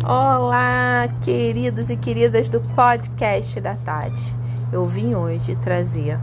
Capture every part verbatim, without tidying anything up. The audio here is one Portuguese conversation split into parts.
Olá, queridos e queridas do podcast da Tati. Eu vim hoje trazer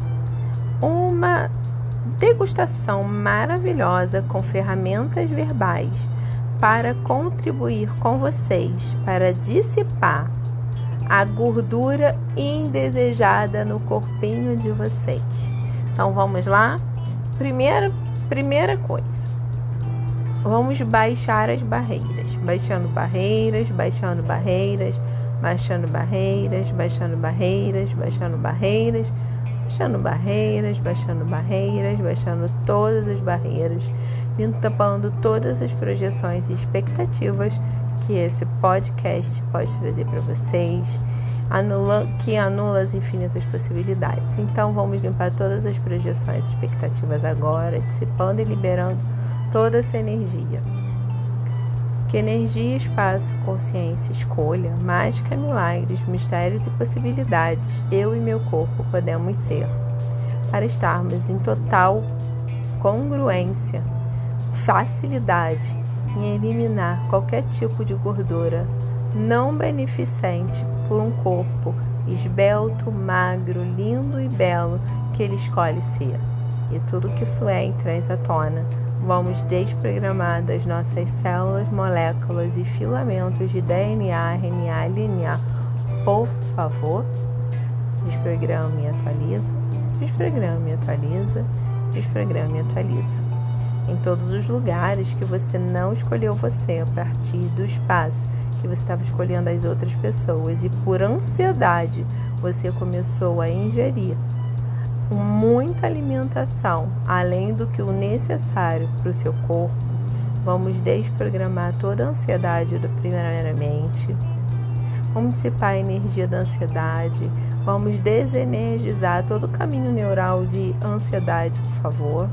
uma degustação maravilhosa com ferramentas verbais para contribuir com vocês, para dissipar a gordura indesejada no corpinho de vocês. Então vamos lá? Primeira, primeira coisa. Vamos baixar as barreiras, baixando barreiras, baixando barreiras, baixando barreiras, baixando barreiras, baixando barreiras, baixando barreiras, baixando barreiras, baixando todas as barreiras, limpando todas as projeções e expectativas que esse podcast pode trazer para vocês, anula, que anula as infinitas possibilidades. Então vamos limpar todas as projeções e expectativas agora, dissipando e liberando toda essa energia. Que energia, espaço, consciência, escolha, mágica, milagres, mistérios e possibilidades eu e meu corpo podemos ser, para estarmos em total congruência, facilidade em eliminar qualquer tipo de gordura não beneficente por um corpo esbelto, magro, lindo e belo que ele escolhe ser. E tudo que isso é em traz à tona. Vamos desprogramar das nossas células, moléculas e filamentos de D N A, R N A, L N A. Por favor, desprograma e atualiza, desprograma e atualiza, desprograma e atualiza. Em todos os lugares que você não escolheu você, a partir do espaço que você estava escolhendo as outras pessoas e por ansiedade você começou a ingerir muita alimentação, além do que o necessário para o seu corpo, vamos desprogramar toda a ansiedade do primeiramente, vamos dissipar a energia da ansiedade, vamos desenergizar todo o caminho neural de ansiedade, por favor.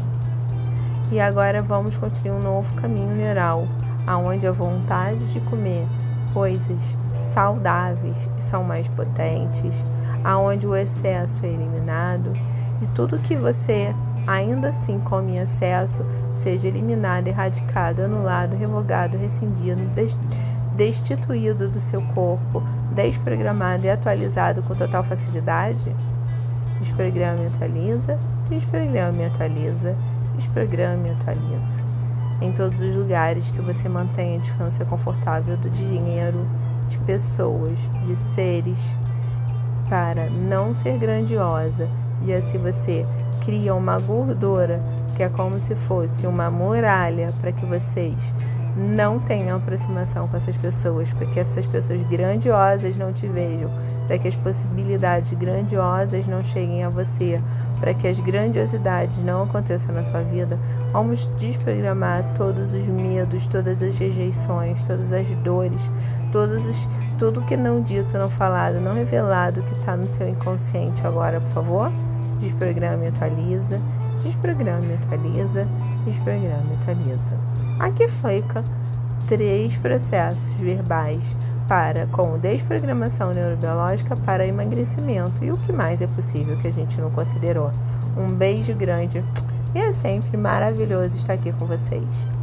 E agora vamos construir um novo caminho neural, onde a vontade de comer coisas saudáveis são mais potentes, aonde o excesso é eliminado e tudo que você ainda assim come em excesso seja eliminado, erradicado, anulado, revogado, rescindido, destituído do seu corpo, desprogramado e atualizado com total facilidade. Desprograma e atualiza, desprograma e atualiza, desprograma e atualiza. Em todos os lugares que você mantenha a distância confortável do dinheiro, de pessoas, de seres, para não ser grandiosa, e assim você cria uma gordura que é como se fosse uma muralha para que vocês não tenham aproximação com essas pessoas, para que essas pessoas grandiosas não te vejam, para que as possibilidades grandiosas não cheguem a você, para que as grandiosidades não aconteçam na sua vida. Vamos desprogramar todos os medos, todas as rejeições, todas as dores, todos os tudo que não dito, não falado, não revelado que está no seu inconsciente agora, por favor. Desprograma e atualiza, desprograma e atualiza, desprograma e atualiza. Aqui fica três processos verbais para com desprogramação neurobiológica para emagrecimento e o que mais é possível que a gente não considerou. Um beijo grande e é sempre maravilhoso estar aqui com vocês.